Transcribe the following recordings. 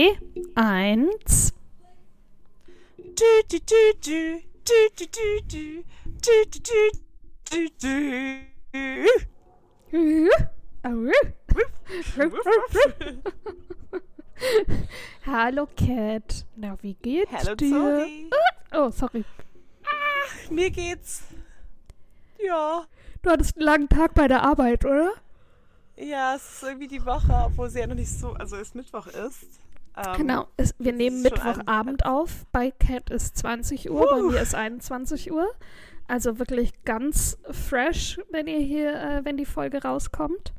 1. Hallo Cat. Na, wie geht's Hallo dir? Zori. Oh, sorry. Mir geht's. Ja. Du hattest einen langen Tag bei der Arbeit, oder? Ja, es ist irgendwie die Woche, obwohl sie ja noch nicht so, also es Mittwoch ist. Genau, wir nehmen ist schon Mittwochabend auf. Bei Cat ist 20 Uhr, bei mir ist 21 Uhr. Also wirklich ganz fresh, wenn die Folge rauskommt.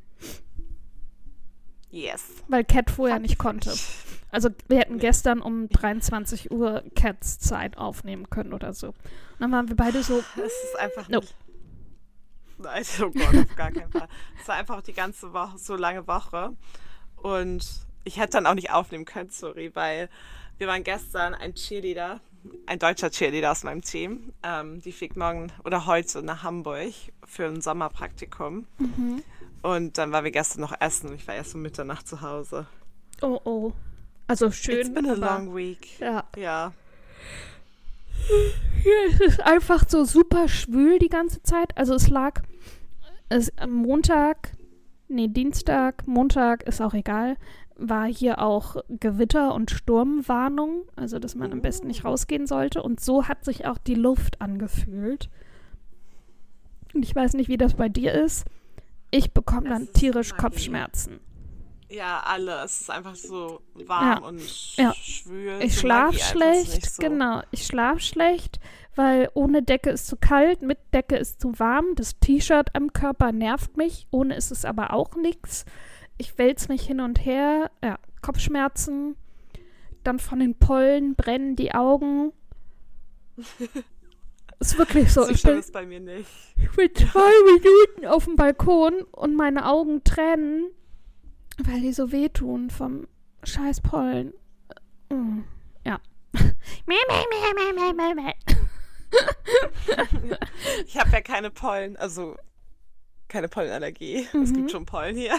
Yes. Weil Cat vorher nicht konnte. Also wir hätten gestern um 23 Uhr Cats Zeit aufnehmen können oder so. Und dann waren wir beide so... Es ist einfach Nope. nicht... Nein, oh Gott, auf gar keinen Fall. Es war einfach die ganze Woche, so lange Woche. Und ich hätte dann auch nicht aufnehmen können, sorry, weil wir waren gestern ein deutscher Cheerleader aus meinem Team. Die fliegt morgen oder heute nach Hamburg für ein Sommerpraktikum. Mhm. Und dann waren wir gestern noch essen und ich war erst um Mitternacht zu Hause. Oh, oh. Also schön. It's been a aber- long week. Ja. Ja. Hier ist es einfach so super schwül die ganze Zeit. Also es lag am Dienstag, Montag, ist auch egal, war hier auch Gewitter- und Sturmwarnung. Also dass man am besten nicht rausgehen sollte. Und so hat sich auch die Luft angefühlt. Und ich weiß nicht, wie das bei dir ist. Ich bekomme dann ist tierisch Magie. Kopfschmerzen. Ja, alle. Es ist einfach so warm Ja. und Ja. schwül. Ich so schlafe Magie einfach schlecht, nicht so. genau. Ich schlafe schlecht, weil ohne Decke ist zu kalt, mit Decke ist zu warm. Das T-Shirt am Körper nervt mich, ohne ist es aber auch nichts. Ich wälze mich hin und her, ja, Kopfschmerzen, dann von den Pollen brennen die Augen. Ist wirklich so. So Ich schlimm bin, ist bei mir nicht. ich bin 2 Minuten auf dem Balkon und meine Augen tränen, weil die so wehtun vom scheiß Pollen. Ja. Ich habe ja keine Pollen, also keine Pollenallergie. Es gibt schon Pollen hier.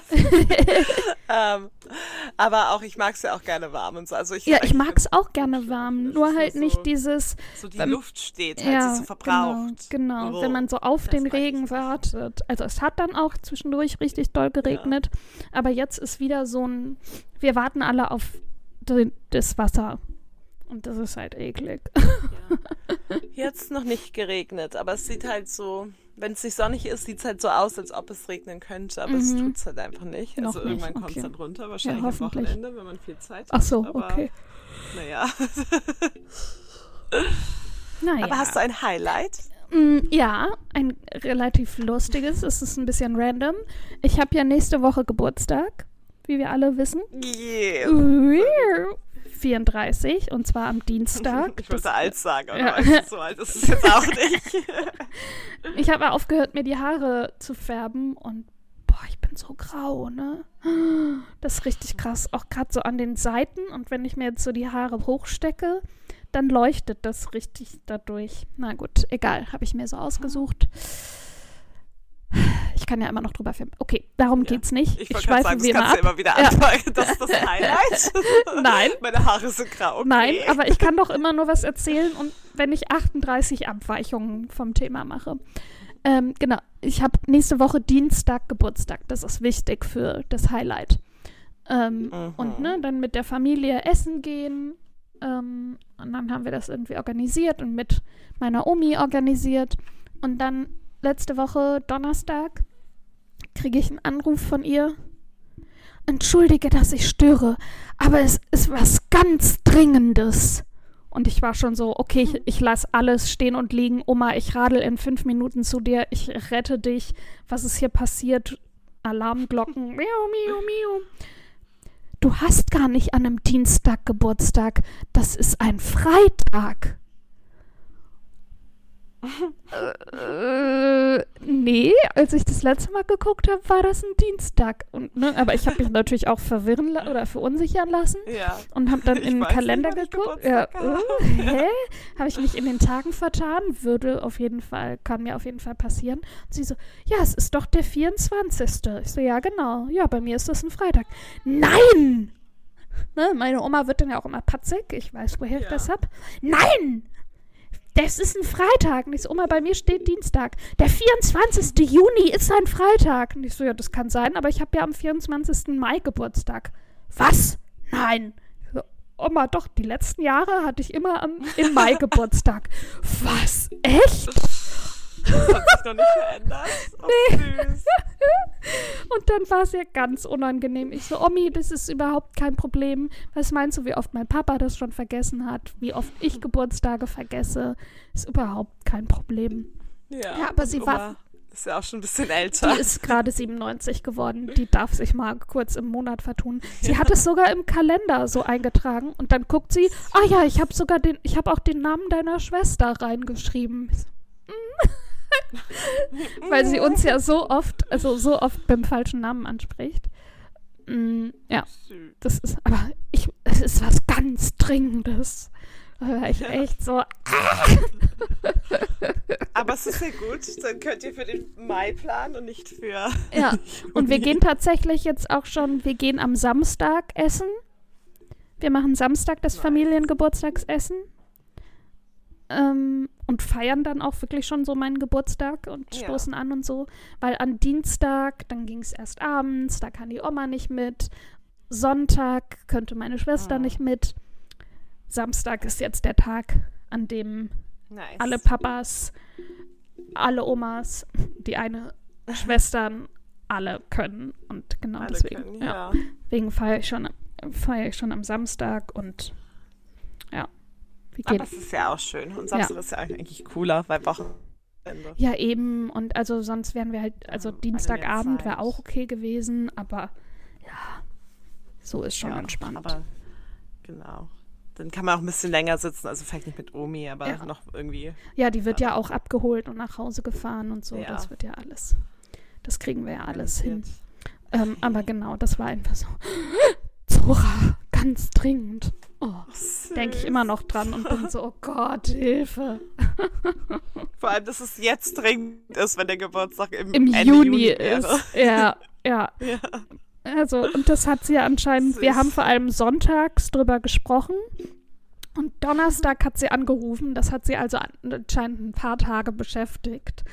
Aber auch, ich mag es ja auch gerne warm und so. Also ich mag es auch gerne warm, das nur ist halt so- nicht dieses, So die wenn- Luft steht, halt ja, sie so verbraucht. genau, Oh, wenn man so auf das den mag ich Regen nicht. wartet. Also es hat dann auch zwischendurch richtig doll geregnet, aber jetzt ist wieder so ein, wir warten alle auf das Wasser und das ist halt eklig. Ja. Jetzt noch nicht geregnet, aber es sieht halt so, wenn es nicht sonnig ist, sieht es halt so aus, als ob es regnen könnte, aber es tut es halt einfach nicht. Noch Also irgendwann nicht, kommt es okay. dann runter, wahrscheinlich Ja, am hoffentlich. Wochenende, wenn man viel Zeit hat. Ach so, aber, okay. Naja. Naja. Aber hast du ein Highlight? Ja, ein relativ lustiges, es ist ein bisschen random. Ich habe ja nächste Woche Geburtstag, wie wir alle wissen. Yeah. 34 und zwar am Dienstag. Ich wollte alt sagen, aber Ja. weißt du, so alt ist es jetzt auch nicht. Ich habe aufgehört, mir die Haare zu färben und boah, ich bin so grau, ne? Das ist richtig krass, auch gerade so an den Seiten und wenn ich mir jetzt so die Haare hochstecke, dann leuchtet das richtig dadurch. Na gut, egal, habe ich mir so ausgesucht. Ich kann ja immer noch drüber filmen. Okay, darum Ja. geht's nicht. Ich wollte gerade sagen, das wie kannst du immer immer wieder Ja. anfangen. Das ist das Highlight. Nein. Meine Haare sind grau. Okay. Nein, aber ich kann doch immer nur was erzählen und wenn ich 38 Abweichungen vom Thema mache. Genau, ich habe nächste Woche Dienstag Geburtstag. Das ist wichtig für das Highlight. Und dann mit der Familie essen gehen. Und dann haben wir das irgendwie organisiert und mit meiner Omi organisiert. Und dann letzte Woche Donnerstag kriege ich einen Anruf von ihr. Entschuldige, dass ich störe, aber es ist was ganz Dringendes. Und ich war schon so, okay, ich lasse alles stehen und liegen. Oma, ich radel in 5 Minuten zu dir. Ich rette dich. Was ist hier passiert? Alarmglocken. Miau, miau, miau. Du hast gar nicht an einem Dienstag Geburtstag. Das ist ein Freitag. Nee, als ich das letzte Mal geguckt habe, war das ein Dienstag. Und, ne, aber ich habe mich natürlich auch oder verunsichern lassen Ja. und habe dann Ich in den weiß Kalender nicht, wann ich geguckt. Ja, Geburtstag habe. hä? Habe ich mich in den Tagen vertan? Kann mir auf jeden Fall passieren. Und sie so, ja, es ist doch der 24. Ich so, ja, genau. Ja, bei mir ist das ein Freitag. Nein! Ne? Meine Oma wird dann ja auch immer patzig. Ich weiß, woher ich Ja. das hab. Nein! Das ist ein Freitag. Und ich so, Oma, bei mir steht Dienstag. Der 24. Juni ist ein Freitag. Und ich so, ja, das kann sein, aber ich habe ja am 24. Mai Geburtstag. Was? Nein. Ich so, Oma, doch, die letzten Jahre hatte ich immer im Mai Geburtstag. Was? Echt? Das hat sich noch nicht verändert. Oh, süß. Und dann war es ja ganz unangenehm. Ich so, Omi, das ist überhaupt kein Problem. Was meinst du, wie oft mein Papa das schon vergessen hat? Wie oft ich Geburtstage vergesse? Ist überhaupt kein Problem. Ja, aber sie und war- Oma ist ja auch schon ein bisschen älter. Die ist gerade 97 geworden. Die darf sich mal kurz im Monat vertun. Sie hat es sogar im Kalender so eingetragen. Und dann guckt sie, ah ja, ich habe auch den Namen deiner Schwester reingeschrieben. Ich so, weil sie uns ja so oft beim falschen Namen anspricht. Ja, Süß. das ist, aber es ist was ganz Dringendes. Da war ich echt so, Aber es ist ja gut, dann könnt ihr für den Mai planen und nicht für... ja. Und wir gehen tatsächlich jetzt auch schon, wir gehen am Samstag essen. Wir machen Samstag das Familiengeburtstagsessen. Und feiern dann auch wirklich schon so meinen Geburtstag und Ja. stoßen an und so. Weil an Dienstag, dann ging es erst abends, da kann die Oma nicht mit. Sonntag könnte meine Schwester nicht mit. Samstag ist jetzt der Tag, an dem Nice. alle Papas, alle Omas, die eine Schwestern, alle können. Und genau Alle deswegen, können, ja. ja. Deswegen feiere ich schon am Samstag und ja, wir gehen. Aber es ist ja auch schön. Und Samstag ist ja eigentlich cooler, weil Wochenende. Ja, eben. Und also sonst wären wir halt, also Ja, Dienstagabend Zeit. wäre auch okay gewesen, aber ja, so ist schon Ja, entspannt. Aber genau. Dann kann man auch ein bisschen länger sitzen, also vielleicht nicht mit Omi, aber Ja. noch irgendwie. Ja, die wird ja auch abgeholt und nach Hause gefahren und so. Ja. Das wird ja alles. Das kriegen wir ja alles hin. organisiert. Aber genau, das war einfach so. Zora, ganz dringend. Oh, denke ich immer noch dran und bin so, oh Gott, Hilfe. Vor allem, dass es jetzt dringend ist, wenn der Geburtstag im Im Ende Juni wäre. ist. Ja. Ja. Also, und das hat sie ja anscheinend, wir Süß. haben vor allem sonntags drüber gesprochen und Donnerstag hat sie angerufen. Das hat sie also anscheinend ein paar Tage beschäftigt.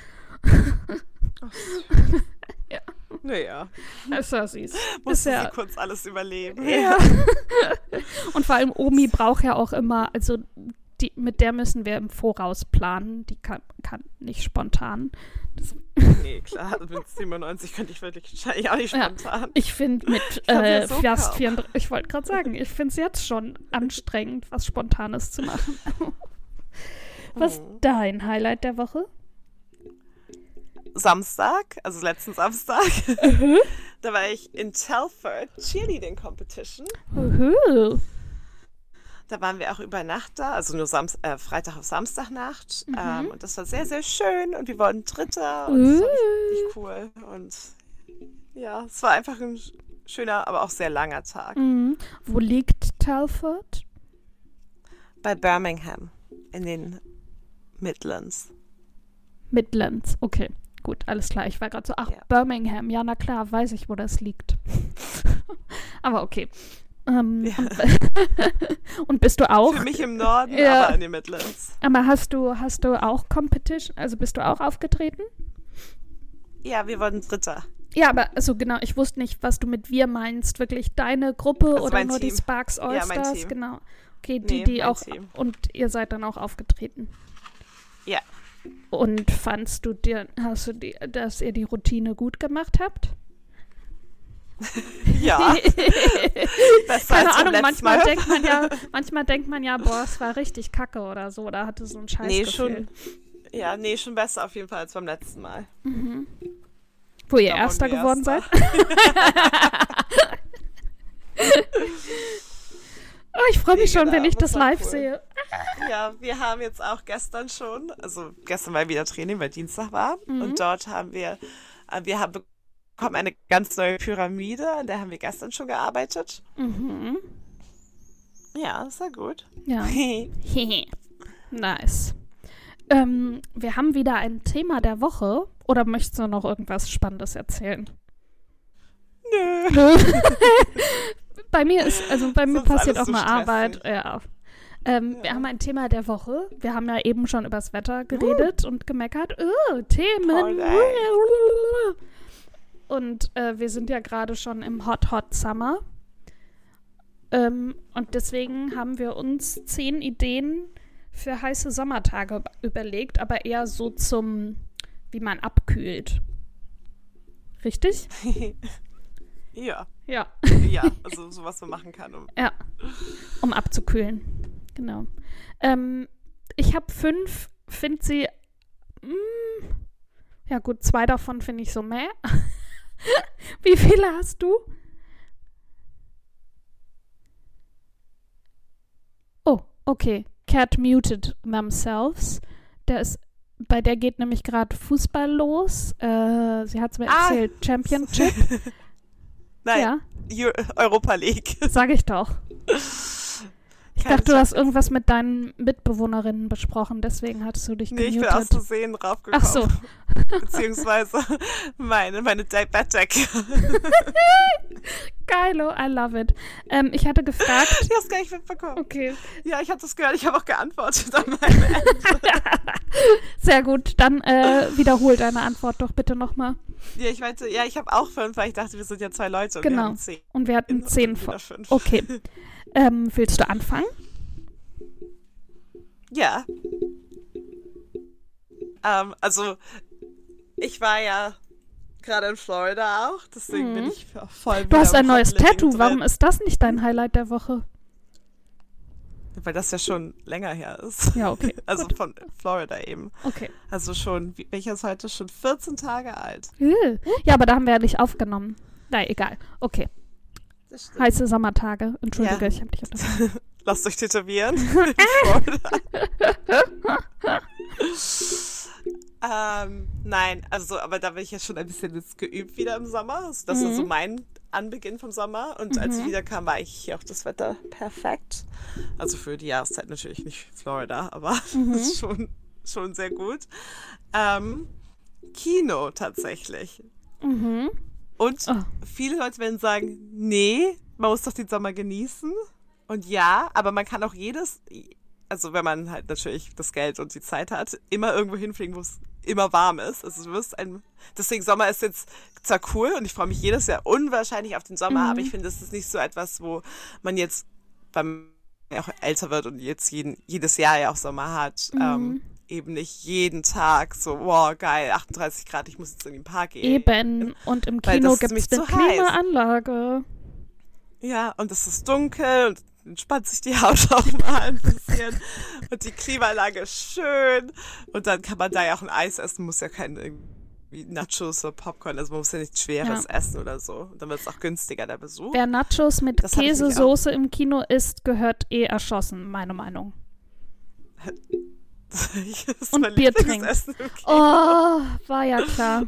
Naja, Ist ja süß. musste ja- sie kurz alles überleben. Ja. Und vor allem Omi braucht ja auch immer, also mit der müssen wir im Voraus planen. Die kann nicht spontan. Nee, klar, mit 97 könnte ich wirklich wahrscheinlich auch nicht Ja. spontan. Ich finde mit kann mir so fast kaum. 34, ich wollte gerade sagen, ich finde es jetzt schon anstrengend, was Spontanes zu machen. Was ist dein Highlight der Woche? Samstag, also letzten Samstag, Mhm. da war ich in Telford Cheerleading Competition. Uhu. Da waren wir auch über Nacht da, also nur Freitag auf Samstagnacht. Mhm. Und das war sehr, sehr schön und wir wurden Dritter und das war richtig cool. Und ja, es war einfach ein schöner, aber auch sehr langer Tag. Mhm. Wo liegt Telford? Bei Birmingham in den Midlands. Midlands, okay. Gut, alles klar. Ich war gerade so, ach, Ja. Birmingham. Ja, na klar, weiß ich, wo das liegt. Aber okay. Ja. Und bist du auch? Für mich im Norden, Ja. aber in den Midlands. Aber hast du auch Competition? Also bist du auch aufgetreten? Ja, wir wurden Dritter. Ja, aber also genau, ich wusste nicht, was du mit wir meinst. Wirklich deine Gruppe Also oder mein nur die Team. Sparks Ja, mein Allstars? Team. Genau. Okay, Nee, die mein auch. Team. Und ihr seid dann auch aufgetreten. Ja. Und hast du dass ihr die Routine gut gemacht habt? Ja. Besser Keine als beim Ahnung, letzten manchmal Mal. denkt man ja, boah, es war richtig kacke oder so, oder hatte so ein Scheißgefühl. Schon besser auf jeden Fall als beim letzten Mal. Wo ihr Da wurden Erster wir geworden seid? Erster. Oh, ich freue mich Nee, schon, wenn genau, ich das das war live cool. sehe. Ja, wir haben jetzt auch gestern schon, also gestern war wieder Training, weil Dienstag war. Und dort haben wir bekommen eine ganz neue Pyramide, an der haben wir gestern schon gearbeitet. Mhm. Ja, das war gut. Ja. Nice. Wir haben wieder ein Thema der Woche. Oder möchtest du noch irgendwas Spannendes erzählen? Nö. Bei mir Sonst passiert alles auch so mal Arbeit. stressig. Ja. Wir haben ein Thema der Woche. Wir haben ja eben schon über das Wetter geredet und gemeckert. Themen. Und wir sind ja gerade schon im Hot, Hot Summer. Und deswegen haben wir uns 10 Ideen für heiße Sommertage überlegt, aber eher so wie man abkühlt. Richtig? Ja. Ja. Ja, also so was man machen kann. Ja, um abzukühlen. Genau. Ich habe 5, finde sie, ja gut, 2 davon finde ich so meh. Wie viele hast du? Oh, okay. Cat muted themselves. Bei der geht nämlich gerade Fußball los. Sie hat es mir erzählt. Championship. Nein, Ja, Europa League. sag ich doch. Ich Keine dachte, du hast Champions- irgendwas mit deinen Mitbewohnerinnen besprochen, deswegen hattest du dich Nee, ich bin gemutet. aus Versehen draufgekommen. Ach so. Beziehungsweise meine Bettdecke. Geilo, I love it. Ich hatte gefragt. Ich hab's gar nicht mitbekommen. Okay, Ja, ich habe das gehört. Ich habe auch geantwortet an meine Ende. sehr gut. Dann wiederhol deine Antwort doch bitte nochmal. Ja, ich meinte, ja, ich habe auch 5, weil ich dachte, wir sind ja 2 Leute und wir Genau. haben 10. Und wir hatten 10 vor. vor. 5. Okay. Willst du anfangen? Ja. Also, ich war ja gerade in Florida auch, deswegen bin ich voll Du hast wieder ein im neues Hot Living Tattoo. drin. Warum ist das nicht dein Highlight der Woche? Weil das ja schon länger her ist. Ja, okay. Also gut. von Florida eben. Okay. Also schon, welcher ist heute? Schon 14 Tage alt. Ja, aber da haben wir ja nicht aufgenommen. Na, egal. Okay. Das stimmt. Heiße Sommertage. Entschuldige, Ja. ich habe dich unterbrochen. Lasst euch tätowieren. In Florida. Nein, also, aber da bin ich ja schon ein bisschen jetzt geübt wieder im Sommer. Also das ist so mein Anbeginn vom Sommer. Und als ich wiederkam, war eigentlich hier auch das Wetter perfekt. Also für die Jahreszeit natürlich nicht Florida, aber das ist schon sehr gut. Kino tatsächlich. Und viele Leute werden sagen, nee, man muss doch den Sommer genießen. Und ja, aber man kann auch also wenn man halt natürlich das Geld und die Zeit hat, immer irgendwo hinfliegen, wo es immer warm ist. Also deswegen Sommer ist jetzt zwar cool und ich freue mich jedes Jahr unwahrscheinlich auf den Sommer, aber ich finde, das ist nicht so etwas, wo man jetzt, weil man ja auch älter wird und jetzt jedes Jahr ja auch Sommer hat, eben nicht jeden Tag so, wow, geil, 38 Grad, ich muss jetzt in den Park gehen. Eben. Und im Weil Kino das ist gibt es nämlich eine zu heiß. Klimaanlage. Ja, und es ist dunkel und entspannt sich die Haut auch mal ein bisschen. Und die Klimaanlage ist schön. Und dann kann man da ja auch ein Eis essen, muss ja kein irgendwie Nachos oder Popcorn, also man muss ja nichts Schweres essen oder so. Und dann wird es auch günstiger, der Besuch. Wer Nachos mit Das hatte ich nämlich Käsesoße im Kino isst, gehört erschossen, meine Meinung. Das ist Und mein Bier Lieblingsessen im Kino. Oh, war ja klar.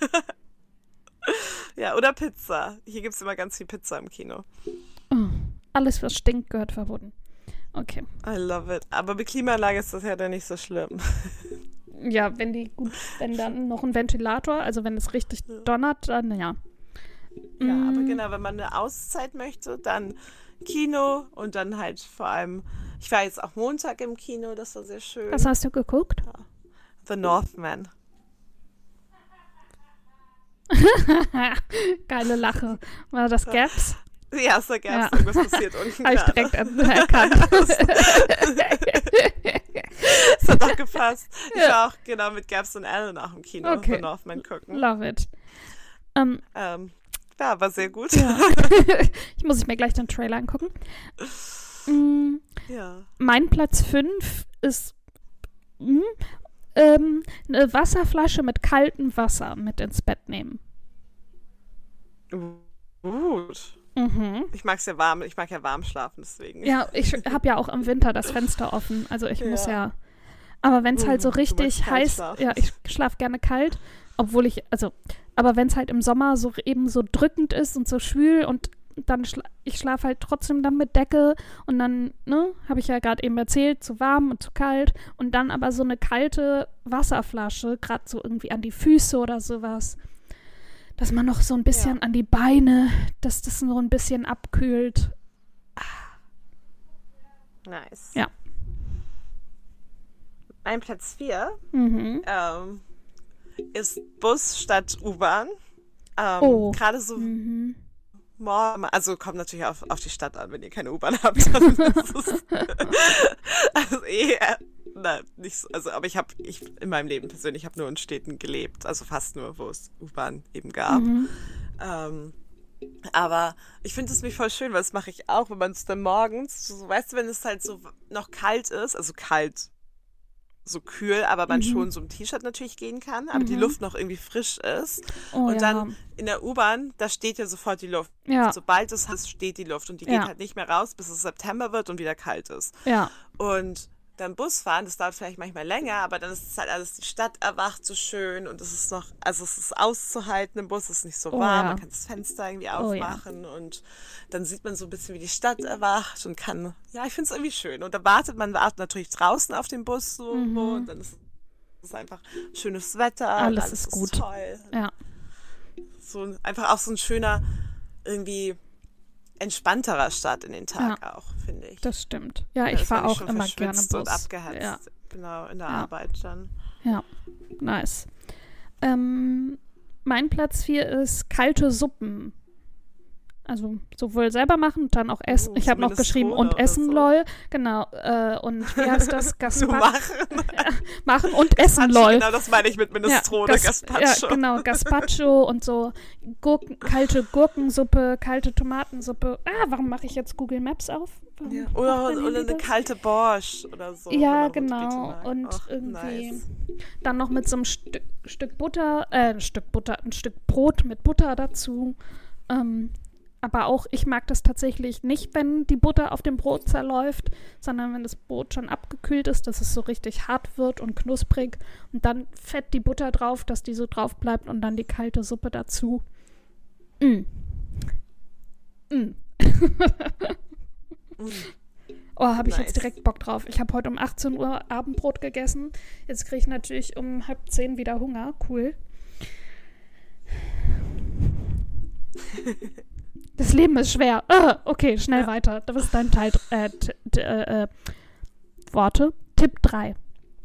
Ja, oder Pizza. Hier gibt es immer ganz viel Pizza im Kino. Oh, alles, was stinkt, gehört verboten. Okay. I love it. Aber mit Klimaanlage ist das ja dann nicht so schlimm. Ja, wenn dann noch ein Ventilator, also wenn es richtig donnert, dann ja. Ja, aber genau, wenn man eine Auszeit möchte, dann Kino und dann halt vor allem, ich war jetzt auch Montag im Kino, das war sehr schön. Was hast du geguckt? The Northman. Geile Lache. War das Gaps? Ja, so gab Ja. es irgendwas passiert unten. Habe ich gerade. direkt erkannt. Das hat auch gepasst. Ich war auch genau mit Gabs und Alan auch im Kino Okay. The Northman gucken. Love it. Ja, war sehr gut. Ja. Ich muss mir gleich den Trailer angucken. Ja. Mein Platz 5 ist eine Wasserflasche mit kaltem Wasser mit ins Bett nehmen. Gut. Ich mag ja warm schlafen, deswegen. Ja, ich habe ja auch im Winter das Fenster offen. Also ich muss Ja. ja. Aber wenn es halt so Du richtig magst kalt heiß, schlafen. ja, ich schlafe gerne kalt, aber wenn es halt im Sommer so eben so drückend ist und so schwül und dann ich schlafe halt trotzdem dann mit Decke und dann, habe ich ja gerade eben erzählt, zu warm und zu kalt und dann aber so eine kalte Wasserflasche, gerade so irgendwie an die Füße oder sowas. dass man noch so ein bisschen an die Beine, dass das so ein bisschen abkühlt. Nice. Ja. Mein Platz 4 ist Bus statt U-Bahn. Gerade so morgen, also kommt natürlich auf die Stadt an, wenn ihr keine U-Bahn habt. Dann ist es also nicht so, also, aber ich in meinem Leben persönlich habe nur in Städten gelebt, also fast nur, wo es U-Bahn eben gab. Aber ich finde es mich voll schön, weil das mache ich auch, wenn man es dann morgens, so, weißt du, wenn es halt so noch kalt ist, also kalt, so kühl, aber man schon so im T-Shirt natürlich gehen kann, aber die Luft noch irgendwie frisch ist. Und dann in der U-Bahn, da steht ja sofort die Luft. Ja. Sobald es ist, steht die Luft und die geht halt nicht mehr raus, bis es September wird und wieder kalt ist. Ja. Und dann Bus fahren, das dauert vielleicht manchmal länger, aber dann ist es halt alles, die Stadt erwacht so schön und es ist noch, also es ist auszuhalten im Bus, es ist nicht so warm, man kann das Fenster irgendwie aufmachen und dann sieht man so ein bisschen, wie die Stadt erwacht und kann, ja, ich finde es irgendwie schön. Und da wartet man natürlich draußen auf den Bus so und dann ist es einfach schönes Wetter, alles ist gut. Toll. Ja. So einfach auch so ein schöner, irgendwie entspannterer Start in den Tag auch, finde ich. Das stimmt. Ja, ich fahre auch immer gerne Bus. Und abgehetzt, genau, in der Arbeit dann. Ja, nice. Mein Platz 4 ist kalte Suppen. Also sowohl selber machen, dann auch essen. Ich habe noch geschrieben und essen, so. LOL. Genau. Und wie heißt das? Machen und essen, LOL. Genau, das meine ich mit Minestrone, Gazpacho. Ja, genau, Gazpacho und so kalte Gurkensuppe, kalte Tomatensuppe. Warum mache ich jetzt Google Maps auf? Ja. Oder eine kalte Borscht oder so. Ja, genau. Und irgendwie nice. Dann noch mit so einem Stück Brot mit Butter dazu. Aber auch, ich mag das tatsächlich nicht, wenn die Butter auf dem Brot zerläuft, sondern wenn das Brot schon abgekühlt ist, dass es so richtig hart wird und knusprig und dann fett die Butter drauf, dass die so drauf bleibt und dann die kalte Suppe dazu. Habe ich jetzt direkt Bock drauf. Ich habe heute um 18 Uhr Abendbrot gegessen. Jetzt kriege ich natürlich um 9:30 wieder Hunger. Cool. Das Leben ist schwer. Okay, schnell weiter. Das ist dein Teil. Worte. Tipp 3.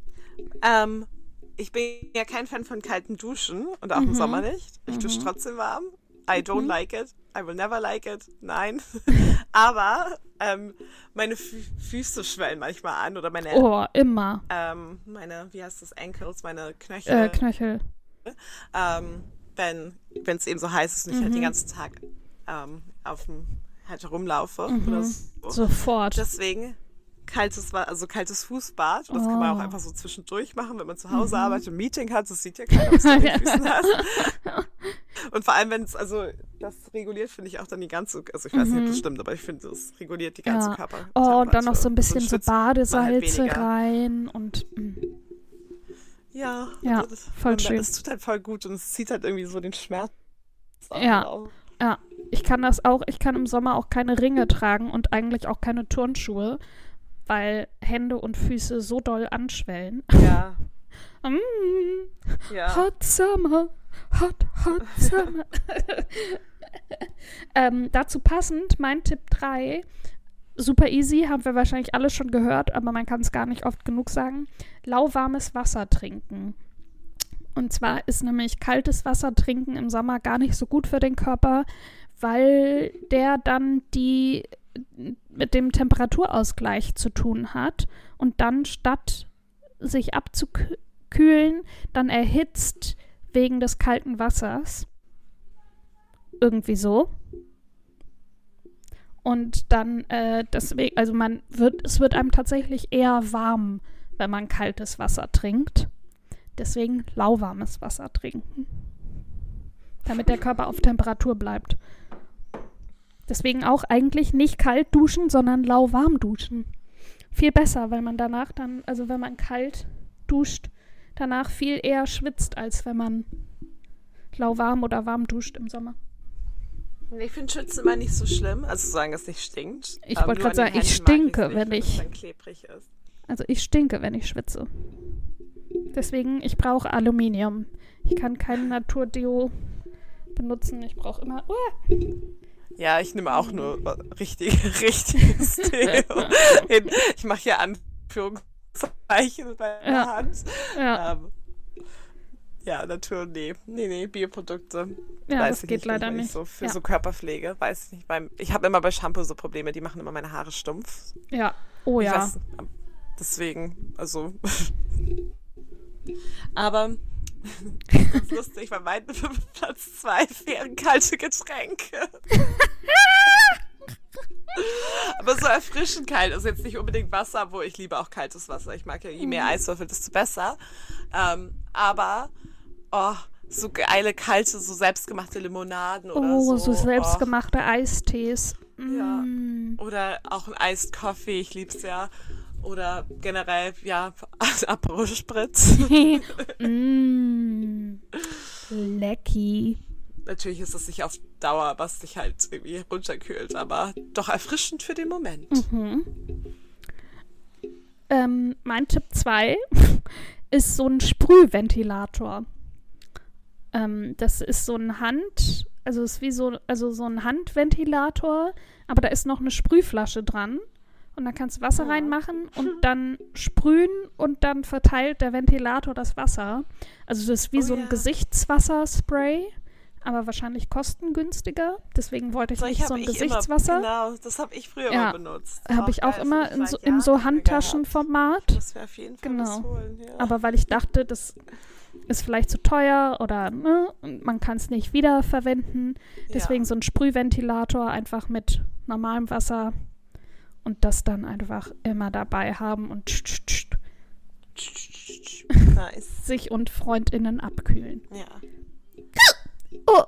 Ich bin ja kein Fan von kalten Duschen und auch im Sommer nicht. Ich dusche trotzdem warm. I don't like it. I will never like it. Nein. Aber meine Füße schwellen manchmal an oder meine... Oh, immer. Meine, wie heißt das, Ankles, meine Knöchel. Knöchel. Wenn es eben so heiß ist und ich halt den ganzen Tag auf dem halt rumlaufe oder so. Sofort. Deswegen kaltes Fußbad. Und das kann man auch einfach so zwischendurch machen, wenn man zu Hause arbeitet und ein Meeting hat. Das sieht ja keiner, was du an den Füßen hast. Und vor allem, wenn es, also das reguliert, finde ich auch dann die ganze, also ich weiß nicht, ob das stimmt, aber ich finde, das reguliert die ganze Körper. Und dann noch so ein bisschen so Badesalze halt rein und ja, voll schön. Es tut halt voll gut und es zieht halt irgendwie so den Schmerz auf. Ja, ich kann im Sommer auch keine Ringe tragen und eigentlich auch keine Turnschuhe, weil Hände und Füße so doll anschwellen. Ja. Hot Summer, hot Summer. Dazu passend, mein Tipp 3, super easy, haben wir wahrscheinlich alle schon gehört, aber man kann es gar nicht oft genug sagen, lauwarmes Wasser trinken. Und zwar ist nämlich kaltes Wasser trinken im Sommer gar nicht so gut für den Körper, weil der dann mit dem Temperaturausgleich zu tun hat und dann statt sich abzukühlen, dann erhitzt wegen des kalten Wassers. Irgendwie so. Und dann deswegen, also es wird einem tatsächlich eher warm, wenn man kaltes Wasser trinkt. Deswegen lauwarmes Wasser trinken. Damit der Körper auf Temperatur bleibt. Deswegen auch eigentlich nicht kalt duschen, sondern lauwarm duschen. Viel besser, weil man danach dann, also wenn man kalt duscht, danach viel eher schwitzt, als wenn man lauwarm oder warm duscht im Sommer. Ich finde Schwitzen immer nicht so schlimm, also sagen, dass es nicht stinkt. Ich wollte gerade sagen, ich stinke, wenn es dann klebrig ist. Also ich stinke, wenn ich schwitze. Deswegen, ich brauche Aluminium. Ich kann kein Naturdeo benutzen. Ich brauche immer... Ja, ich nehme auch nur richtiges Deo. Ich mache hier Anführungszeichen mit meiner Hand. Ja. Ja, Natur, nee, Bioprodukte. Ja, weiß das ich geht leider nicht. So für so Körperpflege, weiß ich nicht. Ich habe immer bei Shampoo so Probleme, die machen immer meine Haare stumpf. Ja, oh ja. Weiß, deswegen, also. Aber das ist lustig, weil mein Platz 2 wären kalte Getränke. Aber so erfrischend kalt, also jetzt nicht unbedingt Wasser, wo ich liebe auch kaltes Wasser. Ich mag ja, je mehr Eiswürfel, desto besser. Aber so geile, kalte, so selbstgemachte Limonaden oder so. Oh, so selbstgemachte Eistees. Ja. Oder auch ein Iced Coffee, ich lieb's ja. Oder generell, ja, Aperol Spritz. Lecky. Natürlich ist das nicht auf Dauer, was dich halt irgendwie runterkühlt, aber doch erfrischend für den Moment. Mein Tipp 2 ist so ein Sprühventilator. Das ist so ein ist wie so ein Handventilator, aber da ist noch eine Sprühflasche dran. Und dann kannst du Wasser reinmachen und dann sprühen und dann verteilt der Ventilator das Wasser. Also das ist wie so ein Gesichtswasserspray, aber wahrscheinlich kostengünstiger. Deswegen wollte ich nicht so ein Gesichtswasser. Genau, das habe ich früher immer benutzt. Habe ich auch immer in so Handtaschenformat. Das wäre auf jeden Fall was holen, ja. Aber weil ich dachte, das ist vielleicht zu teuer oder man kann es nicht wiederverwenden. Deswegen so ein Sprühventilator einfach mit normalem Wasser. Und das dann einfach immer dabei haben und nice. Sich und FreundInnen abkühlen. Ja. Oh.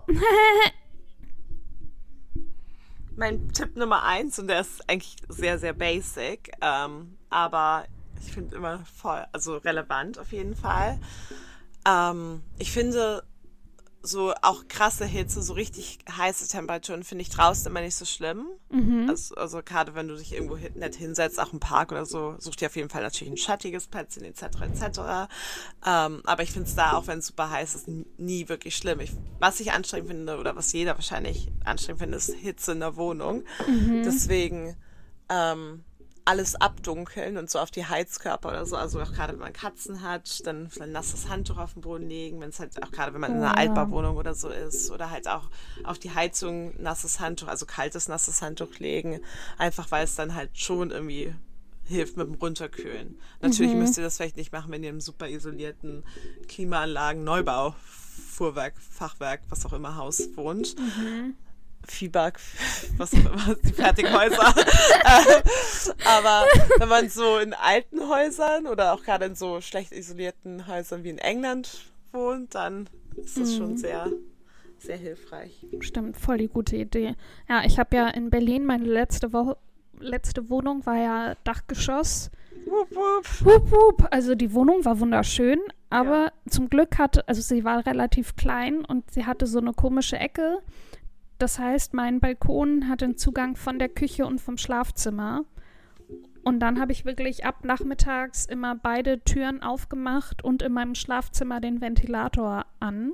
Mein Tipp Nummer 1, und der ist eigentlich sehr, sehr basic, aber ich finde immer voll, also relevant auf jeden Fall. Ich finde so auch krasse Hitze, so richtig heiße Temperaturen finde ich draußen immer nicht so schlimm. Also gerade wenn du dich irgendwo nett hinsetzt, auch im Park oder so, such dir auf jeden Fall natürlich ein schattiges Plätzchen etc. Aber ich finde es da, auch wenn es super heiß ist, nie wirklich schlimm. Was ich anstrengend finde oder was jeder wahrscheinlich anstrengend findet, ist Hitze in der Wohnung. Deswegen alles abdunkeln und so auf die Heizkörper oder so, also auch gerade wenn man Katzen hat, dann ein nasses Handtuch auf den Boden legen, wenn es halt auch gerade, wenn man in einer Altbauwohnung oder so ist, oder halt auch auf die Heizung nasses Handtuch, also kaltes nasses Handtuch legen, einfach weil es dann halt schon irgendwie hilft mit dem Runterkühlen. Natürlich müsst ihr das vielleicht nicht machen, wenn ihr im super isolierten Klimaanlagen, Neubau, Fuhrwerk, Fachwerk, was auch immer Haus wohnt. Viehberg, was auch immer, die Fertighäuser. Aber wenn man so in alten Häusern oder auch gerade in so schlecht isolierten Häusern wie in England wohnt, dann ist das schon sehr, sehr hilfreich. Stimmt, voll die gute Idee. Ja, ich habe ja in Berlin, meine letzte Wohnung war ja Dachgeschoss. Wupp, wupp. Wupp, wupp. Also die Wohnung war wunderschön, aber zum Glück also sie war relativ klein und sie hatte so eine komische Ecke. Das heißt, mein Balkon hat den Zugang von der Küche und vom Schlafzimmer. Und dann habe ich wirklich ab nachmittags immer beide Türen aufgemacht und in meinem Schlafzimmer den Ventilator an,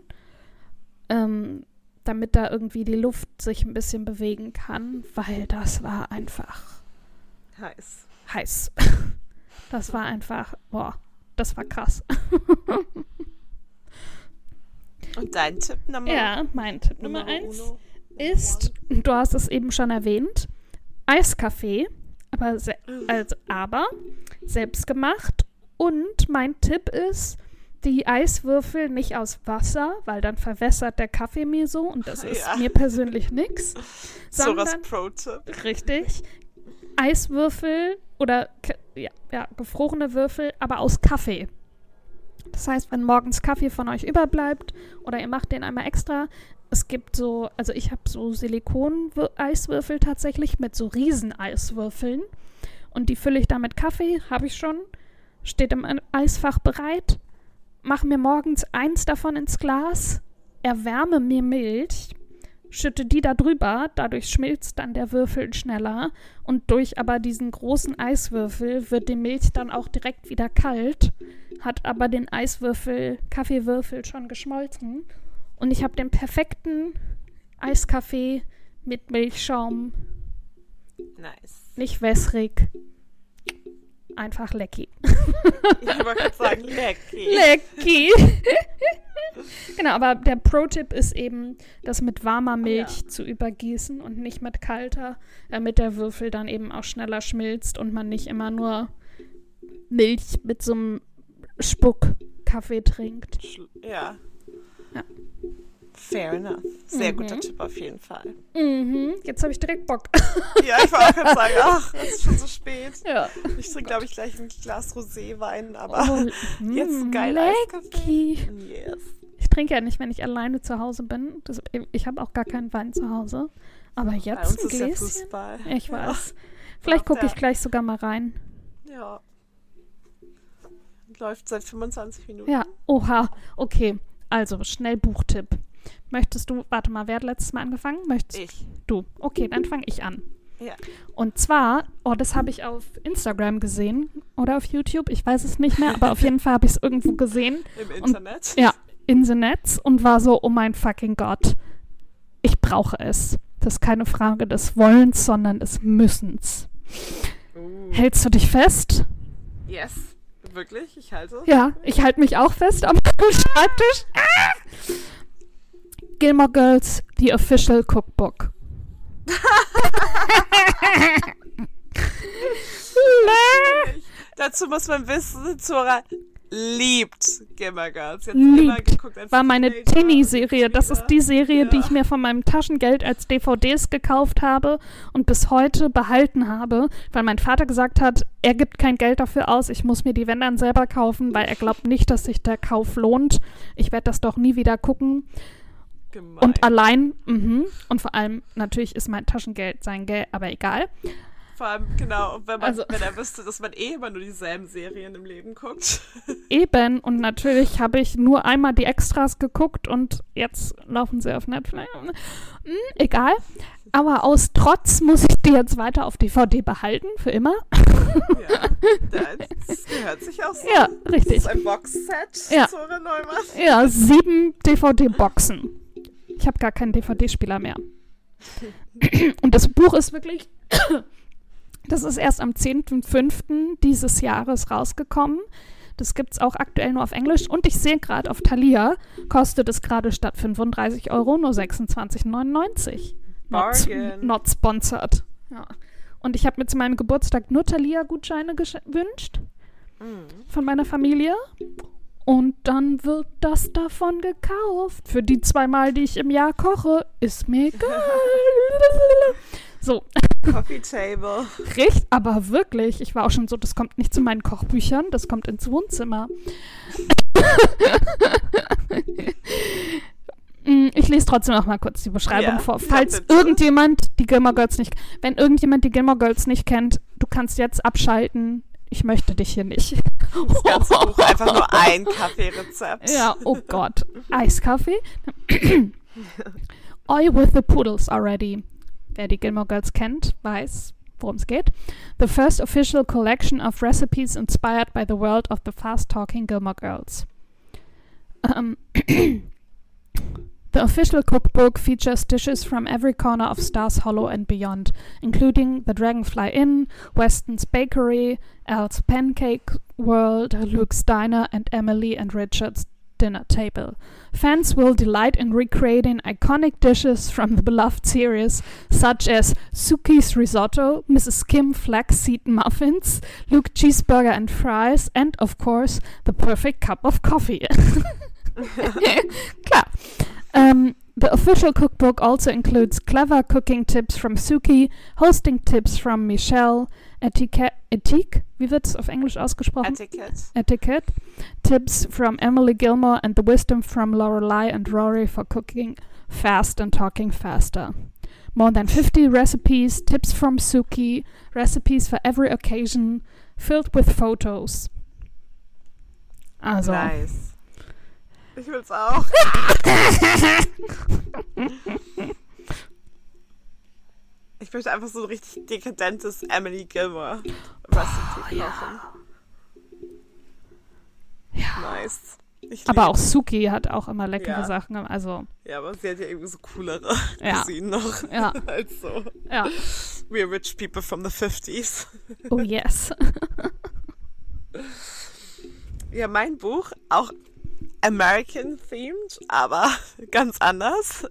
damit da irgendwie die Luft sich ein bisschen bewegen kann, weil das war einfach heiß. Das war einfach, das war krass. Und dein Tipp Nummer? Ja, mein Tipp Nummer 1 ist, du hast es eben schon erwähnt, Eiskaffee, aber selbst gemacht. Und mein Tipp ist, die Eiswürfel nicht aus Wasser, weil dann verwässert der Kaffee mir so und das ist mir persönlich nix. So was Pro-Tipp. Richtig. Eiswürfel oder gefrorene Würfel, aber aus Kaffee. Das heißt, wenn morgens Kaffee von euch überbleibt oder ihr macht den einmal extra, es gibt also ich habe so Silikon-Eiswürfel tatsächlich mit so Riesen-Eiswürfeln und die fülle ich da mit Kaffee, habe ich schon, steht im Eisfach bereit, mache mir morgens 1 davon ins Glas, erwärme mir Milch, schütte die da drüber, dadurch schmilzt dann der Würfel schneller und durch aber diesen großen Eiswürfel wird die Milch dann auch direkt wieder kalt, hat aber den Kaffeewürfel schon geschmolzen Und ich habe den perfekten Eiskaffee mit Milchschaum. Nice. Nicht wässrig. Einfach lecki. Ich wollte gerade sagen, lecki. Lecki. Genau, aber der Pro-Tipp ist eben, das mit warmer Milch zu übergießen und nicht mit kalter, damit der Würfel dann eben auch schneller schmilzt und man nicht immer nur Milch mit so einem Spuck-Kaffee trinkt. Ja. Ja. Fair enough. Sehr guter Tipp auf jeden Fall. Jetzt habe ich direkt Bock. Ja, ich wollte auch gerade sagen, ach, es ist schon so spät. Ja. Ich trinke, glaube ich, gleich ein Glas Roséwein, aber jetzt ein geiler Lecki. Eiskaffee. Yes. Ich trinke ja nicht, wenn ich alleine zu Hause bin. Ich habe auch gar keinen Wein zu Hause. Aber Bei jetzt uns ein ist ja Gläschen. Fußball. Ich weiß. Vielleicht gucke ich gleich sogar mal rein. Ja. Läuft seit 25 Minuten. Ja, oha. Okay, also schnell Buchtipp. Möchtest du, warte mal, wer hat letztes Mal angefangen? Möchtest Ich. du? Okay, dann fange ich an. Ja. Und zwar, das habe ich auf Instagram gesehen oder auf YouTube, ich weiß es nicht mehr, aber auf jeden Fall habe ich es irgendwo gesehen. Im Internet? Ja, in the Netz und war so, oh mein fucking Gott, ich brauche es. Das ist keine Frage des Wollens, sondern des Müssens. Hältst du dich fest? Yes. Wirklich? Ich halte? Ja, ich halte mich auch fest am Schreibtisch. Gilmore Girls, The Official Cookbook. Dazu muss man wissen, Zora liebt Gilmore Girls. Jetzt Liebt. immer geguckt als War meine Teenager. Teenie-Serie. Das ist die Serie, die Ja. ich mir von meinem Taschengeld als DVDs gekauft habe und bis heute behalten habe, weil mein Vater gesagt hat, er gibt kein Geld dafür aus, ich muss mir die wenn dann selber kaufen, weil er glaubt nicht, dass sich der Kauf lohnt. Ich werde das doch nie wieder gucken. Gemein. Und allein, und vor allem, natürlich ist mein Taschengeld sein Geld, aber egal. Vor allem, genau, wenn er wüsste, dass man immer nur dieselben Serien im Leben guckt. Eben, und natürlich habe ich nur einmal die Extras geguckt und jetzt laufen sie auf Netflix. Egal. Aber aus Trotz muss ich die jetzt weiter auf DVD behalten, für immer. Ja, das gehört sich auch so. Ja, richtig. Das ist ein Boxset, Ja. Zora Neumann. Ja, 7 DVD-Boxen. Ich habe gar keinen DVD-Spieler mehr. Und das Buch ist wirklich, das ist erst am 10.05. dieses Jahres rausgekommen. Das gibt es auch aktuell nur auf Englisch. Und ich sehe gerade auf Thalia, kostet es gerade statt 35 € nur 26,99 €. Bargain. Not sponsored. Ja. Und ich habe mir zu meinem Geburtstag nur Thalia-Gutscheine gewünscht. Von meiner Familie. Und dann wird das davon gekauft. Für die 2 Mal, die ich im Jahr koche, ist mir egal. So. Coffee Table. Richtig, aber wirklich, ich war auch schon so, das kommt nicht zu meinen Kochbüchern, das kommt ins Wohnzimmer. Ich lese trotzdem noch mal kurz die Beschreibung vor. Falls irgendjemand die Gilmore Girls nicht, wenn irgendjemand die Gilmore Girls nicht kennt, du kannst jetzt abschalten. Ich möchte dich hier nicht. Das ganze Buch einfach nur ein Kaffeerezept. Ja, oh Gott. Eiskaffee? Oi with the Poodles already. Wer die Gilmore Girls kennt, weiß, worum es geht. The first official collection of recipes inspired by the world of the fast-talking Gilmore Girls. The official cookbook features dishes from every corner of Stars Hollow and beyond, including the Dragonfly Inn, Weston's Bakery, Al's Pancake World, Luke's Diner, and Emily and Richard's dinner table. Fans will delight in recreating iconic dishes from the beloved series, such as Suki's Risotto, Mrs. Kim Flaxseed Muffins, Luke Cheeseburger and Fries, and, of course, the perfect cup of coffee. Klar. The official cookbook also includes clever cooking tips from Suki, hosting tips from Michelle, Etiquette, wie wird es auf Englisch ausgesprochen? Etiquette, tips from Emily Gilmore and the wisdom from Lorelai and Rory for cooking fast and talking faster. More than 50 recipes, tips from Suki, recipes for every occasion, filled with photos. Also. Nice. Ich will's auch. Ich möchte einfach so ein richtig dekadentes Emily Gilmore Recipe kochen. Ja. Nice. Aber auch Suki hat auch immer leckere Ja. Sachen. Also, Ja, aber sie hat ja irgendwie so coolere Ja. Cousinen noch. Ja. Als so. ja. We're rich people from the 50s. Oh yes. Ja, mein Buch, auch American-themed, aber ganz anders.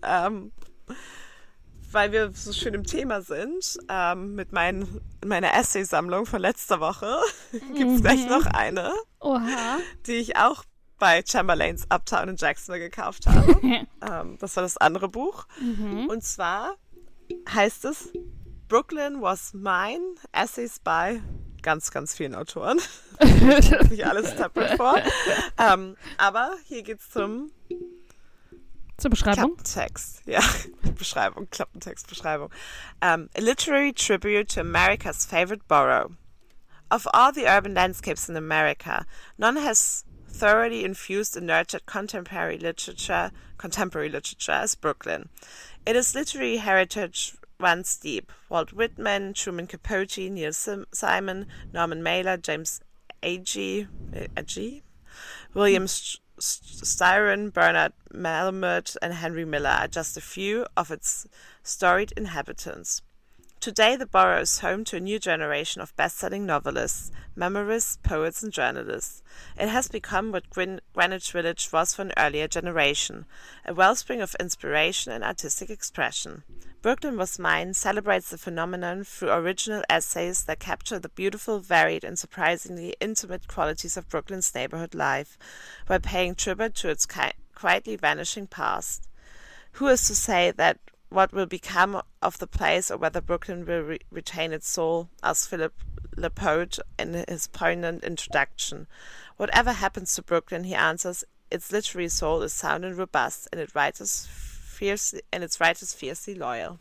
Weil wir so schön im Thema sind, mit meiner Essay-Sammlung von letzter Woche gibt es gleich noch eine, Oha. die ich auch bei Chamberlain's Uptown in Jacksonville gekauft habe. Das war das andere Buch. Und zwar heißt es Brooklyn Was Mine, Essays by ganz, ganz vielen Autoren. Ich lese nicht alles separate vor. Aber hier geht es zum Zur Beschreibung. Klappentext. Ja, Beschreibung, Klappentext, Beschreibung. A literary tribute to America's favorite borough. Of all the urban landscapes in America, none has thoroughly infused and nurtured contemporary literature as Brooklyn. It is literary heritage runs deep. Walt Whitman, Truman Capote, Neil Simon, Norman Mailer, James Agee, William Styron, Bernard Malamud, and Henry Miller are just a few of its storied inhabitants. Today, the borough is home to a new generation of best-selling novelists, memoirists, poets, and journalists. It has become what Greenwich Village was for an earlier generation, a wellspring of inspiration and artistic expression. Brooklyn Was Mine celebrates the phenomenon through original essays that capture the beautiful, varied, and surprisingly intimate qualities of Brooklyn's neighborhood life, while paying tribute to its quietly vanishing past. Who is to say that what will become of the place or whether Brooklyn will retain its soul, asked Philip LePote in his poignant introduction. Whatever happens to Brooklyn, he answers, its literary soul is sound and robust, and its writers fiercely loyal.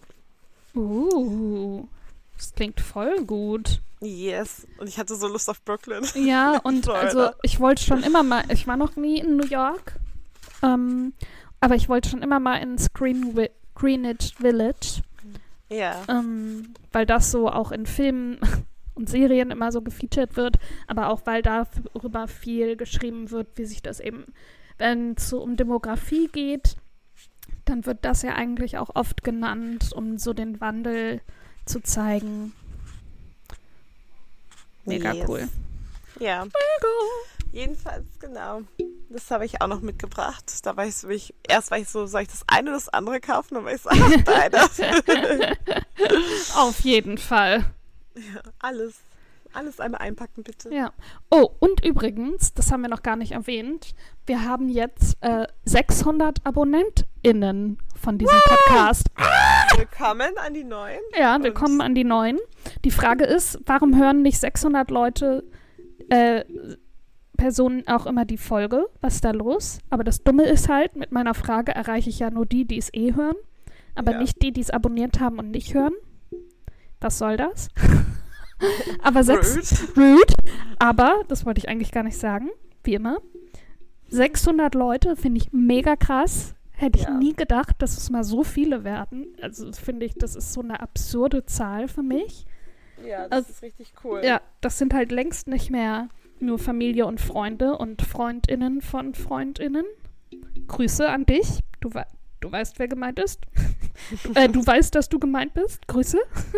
Das klingt voll gut. Yes. Und ich hatte so Lust auf Brooklyn. Ja, und Toll, also ne? ich wollte schon immer mal, ich war noch nie in New York, aber ich wollte schon immer mal ins Greenwich Village, Ja. weil das so auch in Filmen und Serien immer so gefeatured wird, aber auch weil darüber viel geschrieben wird, wie sich das eben, wenn es so um Demografie geht, dann wird das ja eigentlich auch oft genannt, um so den Wandel zu zeigen. Mega Yes. cool. Ja. Jedenfalls, genau. Das habe ich auch noch mitgebracht. Da war ich so, soll ich das eine oder das andere kaufen? Dann war ich so, beide. Auf jeden Fall. Ja, alles einmal einpacken, bitte. Ja. Oh, und übrigens, das haben wir noch gar nicht erwähnt, wir haben jetzt 600 AbonnentInnen von diesem Podcast. Willkommen an die Neuen. Ja, willkommen an die Neuen. Die Frage ist, warum hören nicht 600 Personen auch immer die Folge? Was ist da los? Aber das Dumme ist halt, mit meiner Frage erreiche ich ja nur die, die es hören, aber nicht die, die es abonniert haben und nicht hören. Was soll das? Aber rude. Aber, das wollte ich eigentlich gar nicht sagen, wie immer. 600 Leute finde ich mega krass. Hätte ich nie gedacht, dass es mal so viele werden. Also finde ich, das ist so eine absurde Zahl für mich. Ja, das ist richtig cool. Ja, das sind halt längst nicht mehr nur Familie und Freunde und FreundInnen von FreundInnen. Grüße an dich. Du weißt, wer gemeint ist. Du weißt, dass du gemeint bist. Grüße.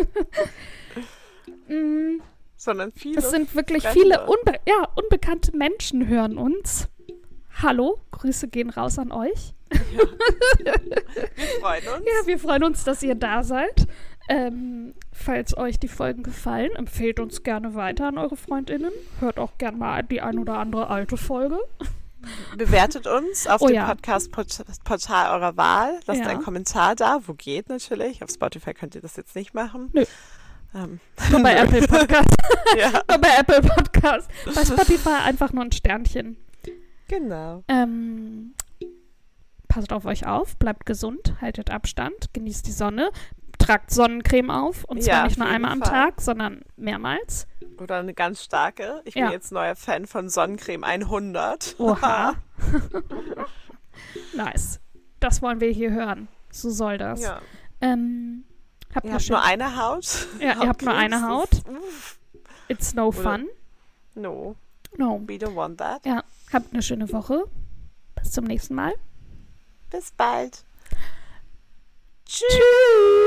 Sondern viele. Es sind wirklich Fremde. viele unbekannte Menschen hören uns. Hallo, Grüße gehen raus an euch. Wir freuen uns. Ja, wir freuen uns, dass ihr da seid. Falls euch die Folgen gefallen, empfehlt uns gerne weiter an eure FreundInnen. Hört auch gerne mal die ein oder andere alte Folge. Bewertet uns auf dem Podcast-Portal eurer Wahl. Lasst einen Kommentar da, wo geht natürlich. Auf Spotify könnt ihr das jetzt nicht machen. Nö. Nur bei Apple Podcast. Ja. Nur bei Apple Podcast. Bei Spotify einfach nur ein Sternchen. Genau. Passt auf euch auf, bleibt gesund, haltet Abstand, genießt die Sonne, tragt Sonnencreme auf und zwar nicht nur einmal am Tag, sondern mehrmals. Oder eine ganz starke. Ich bin jetzt neuer Fan von Sonnencreme 100. Oha. Nice. Das wollen wir hier hören. So soll das. Ja. Ihr habt nur eine Haut? Ja, ihr habt nur eine Haut. It's no fun. No. No. We don't want that. Ja, habt eine schöne Woche. Bis zum nächsten Mal. Bis bald. Tschüss.